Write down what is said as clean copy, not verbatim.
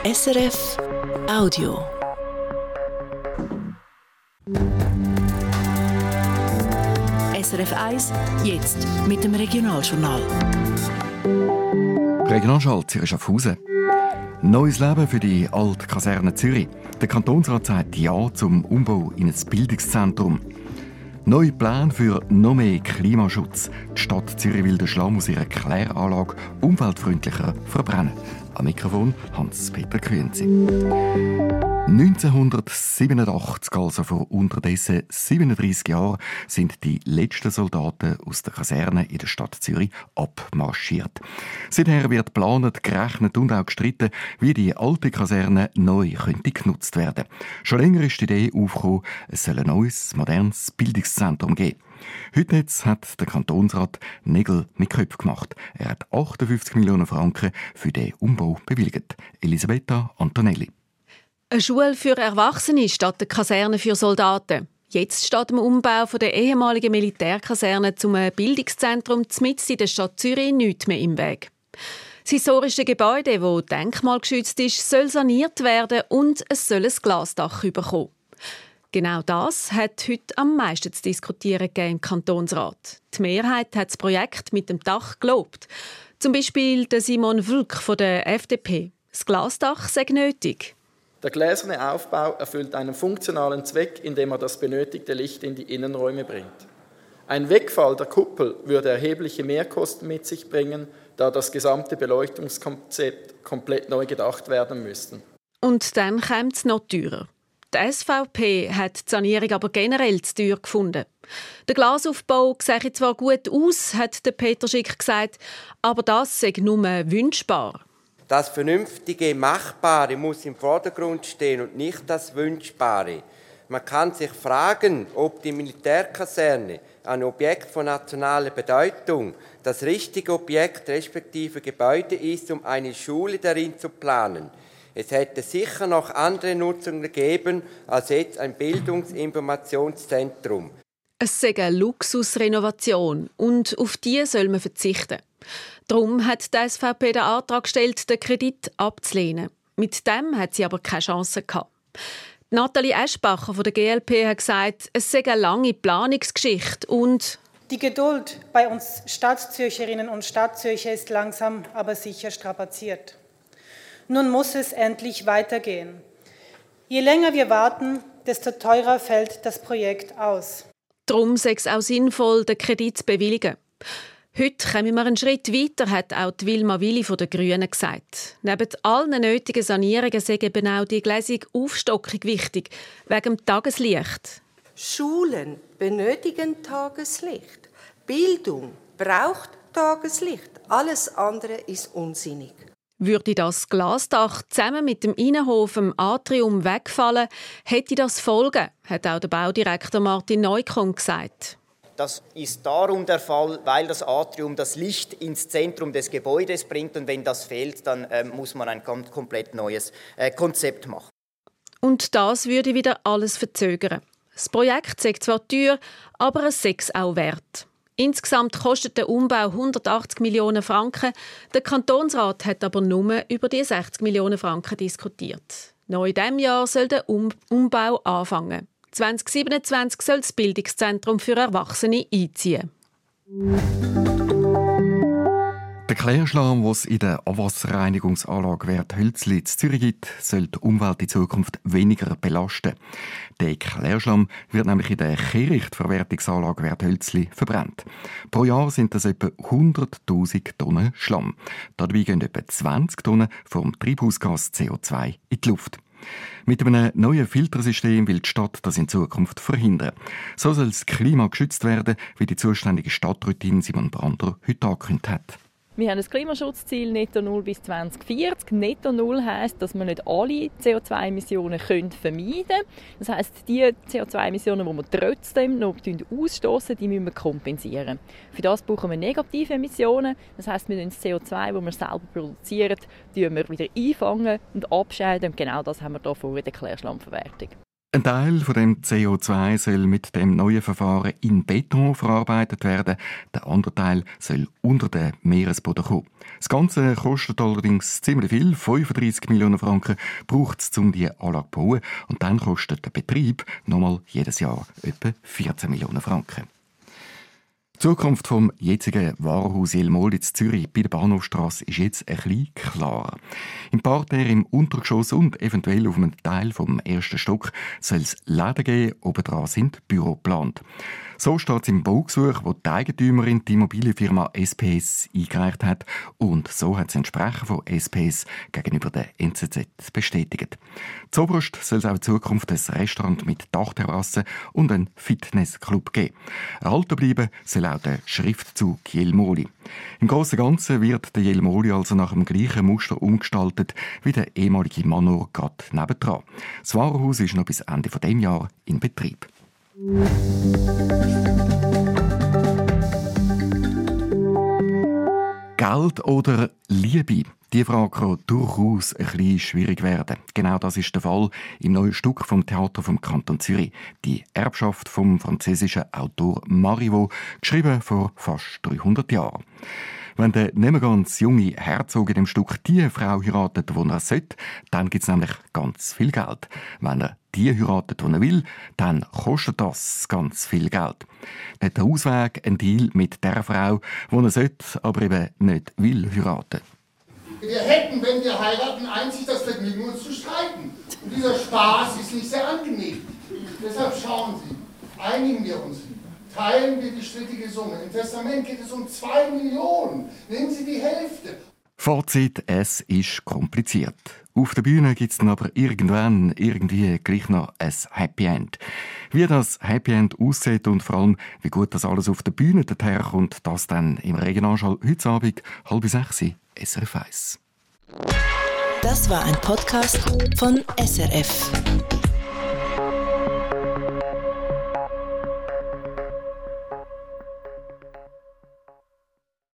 SRF Audio. SRF 1, jetzt mit dem Regionaljournal. Regionalschalter in Schaffhausen. Neues Leben für die alte Kaserne Zürich. Der Kantonsrat sagt Ja zum Umbau in ein Bildungszentrum. Neue Pläne für noch mehr Klimaschutz. Die Stadt Zürich will den Schlamm aus ihrer Kläranlage umweltfreundlicher verbrennen. Am Mikrofon Hans-Peter Kühnzi. 1987, also vor unterdessen 37 Jahren, sind die letzten Soldaten aus der Kaserne in der Stadt Zürich abmarschiert. Seither wird geplant, gerechnet und auch gestritten, wie die alte Kaserne neu genutzt werden könnte. Schon länger ist die Idee aufgekommen, es soll ein neues, modernes Bildungszentrum geben. Heute hat der Kantonsrat Nägel mit Köpfen gemacht. Er hat 58 Millionen Franken für den Umbau bewilligt. Elisabetta Antonelli. Eine Schule für Erwachsene statt der Kaserne für Soldaten. Jetzt steht im Umbau der ehemaligen Militärkaserne zum Bildungszentrum mitten in der Stadt Zürich nichts mehr im Weg. Das historische Gebäude, das denkmalgeschützt ist, soll saniert werden und es soll ein Glasdach bekommen. Genau das hat heute am meisten zu diskutieren im Kantonsrat. Die Mehrheit hat das Projekt mit dem Dach gelobt. Zum Beispiel der Simon Wulk von der FDP. Das Glasdach sei nötig. Der gläserne Aufbau erfüllt einen funktionalen Zweck, indem er das benötigte Licht in die Innenräume bringt. Ein Wegfall der Kuppel würde erhebliche Mehrkosten mit sich bringen, da das gesamte Beleuchtungskonzept komplett neu gedacht werden müsste. Und dann kommt es noch teurer. Die SVP hat die Sanierung aber generell zu teuer gefunden. Der Glasaufbau sehe zwar gut aus, hat Peter Schick gesagt, aber das sei nur wünschbar. Das Vernünftige, Machbare muss im Vordergrund stehen und nicht das Wünschbare. Man kann sich fragen, ob die Militärkaserne, ein Objekt von nationaler Bedeutung, das richtige Objekt respektive Gebäude ist, um eine Schule darin zu planen. Es hätte sicher noch andere Nutzungen gegeben als jetzt ein Bildungsinformationszentrum. Es sei eine Luxusrenovation und auf die soll man verzichten. Darum hat die SVP den Antrag gestellt, den Kredit abzulehnen. Mit dem hat sie aber keine Chance gehabt. Nathalie Eschbacher von der GLP hat gesagt, es sei eine lange Planungsgeschichte und die Geduld bei uns Stadtzürcherinnen und Stadtzürcher ist langsam, aber sicher strapaziert. Nun muss es endlich weitergehen. Je länger wir warten, desto teurer fällt das Projekt aus. Darum sei es auch sinnvoll, den Kredit zu bewilligen. Heute kommen wir einen Schritt weiter, hat auch die Wilma Willi von den Grünen gesagt. Neben allen nötigen Sanierungen sei eben auch die gläsige Aufstockung wichtig, wegen dem Tageslicht. Schulen benötigen Tageslicht. Bildung braucht Tageslicht. Alles andere ist unsinnig. Würde das Glasdach zusammen mit dem Innenhof im Atrium wegfallen, hätte das Folgen, hat auch der Baudirektor Martin Neukomm gesagt. Das ist darum der Fall, weil das Atrium das Licht ins Zentrum des Gebäudes bringt und wenn das fehlt, dann muss man ein komplett neues Konzept machen. Und das würde wieder alles verzögern. Das Projekt sei zwar teuer, aber es sei es auch wert. Insgesamt kostet der Umbau 180 Millionen Franken. Der Kantonsrat hat aber nur über die 60 Millionen Franken diskutiert. Noch in diesem Jahr soll der Umbau anfangen. 2027 soll das Bildungszentrum für Erwachsene einziehen. Der Klärschlamm, den es in der Abwasserreinigungsanlage Werthölzli in Zürich gibt, soll die Umwelt in Zukunft weniger belasten. Der Klärschlamm wird nämlich in der Kehrichtverwertungsanlage Werthölzli verbrannt. Pro Jahr sind das etwa 100'000 Tonnen Schlamm. Dabei gehen etwa 20 Tonnen vom Treibhausgas CO2 in die Luft. Mit einem neuen Filtersystem will die Stadt das in Zukunft verhindern. So soll das Klima geschützt werden, wie die zuständige Stadträtin Simon Brander heute angekündigt hat. Wir haben ein Klimaschutzziel Netto Null bis 2040. Netto Null heisst, dass wir nicht alle CO2-Emissionen vermeiden können. Das heisst, die CO2-Emissionen, die wir trotzdem noch ausstoßen, die müssen wir kompensieren. Für das brauchen wir negative Emissionen. Das heisst, wir das CO2, das wir selber produzieren, wieder einfangen und abscheiden. Und genau das haben wir hier vor in der Klärschlammverwertung. Ein Teil von dem CO2 soll mit dem neuen Verfahren in Beton verarbeitet werden. Der andere Teil soll unter den Meeresboden kommen. Das Ganze kostet allerdings ziemlich viel. 35 Millionen Franken braucht es, um die Anlage zu bauen. Und dann kostet der Betrieb nochmal jedes Jahr etwa 14 Millionen Franken. Die Zukunft vom jetzigen Warenhaus Jelmoli in Zürich bei der Bahnhofstrasse ist jetzt ein bisschen klarer. Im Parterre im Untergeschoss und eventuell auf einem Teil vom ersten Stock soll es Läden geben, obendran sind Büros geplant. So steht es im Baugesuch, das die Eigentümerin, die Immobilienfirma SPS, eingereicht hat. Und so hat es ein Sprecher von SPS gegenüber der NZZ bestätigt. Zoberst soll es auch in Zukunft ein Restaurant mit Dachterrasse und einen Fitnessclub geben. Erhalten bleiben soll auch der Schriftzug Jelmoli. Im Großen und Ganzen wird der Jelmoli also nach dem gleichen Muster umgestaltet wie der ehemalige Manor gerade nebendran. Das Warenhaus ist noch bis Ende dieses Jahres in Betrieb. Geld oder Liebe? Die Frage kann durchaus ein bisschen schwierig werden. Genau das ist der Fall im neuen Stück vom Theater vom Kanton Zürich. Die Erbschaft vom französischen Autor Marivaux, geschrieben vor fast 300 Jahren. Wenn der nicht mehr ganz junge Herzog in dem Stück die Frau heiratet, die er sollte, dann gibt es nämlich ganz viel Geld. Wenn er die heiratet, die er will, dann kostet das ganz viel Geld. Nicht der Ausweg, ein Deal mit der Frau, die er sollte, aber eben nicht will heiraten. Wir hätten, wenn wir heiraten, einzig das Vergnügen, uns zu streiten. Und dieser Spaß ist nicht sehr angenehm. Deshalb schauen Sie, einigen wir uns lieber. Teilen wir die strittige Summe. Im Testament geht es um 2 Millionen. Nehmen Sie die Hälfte. Fazit, es ist kompliziert. Auf der Bühne gibt es dann aber irgendwann irgendwie gleich noch ein Happy End. Wie das Happy End aussieht und vor allem, wie gut das alles auf der Bühne daherkommt, das dann im Regionalschall heute Abend 5:30 SRF 1. Das war ein Podcast von SRF.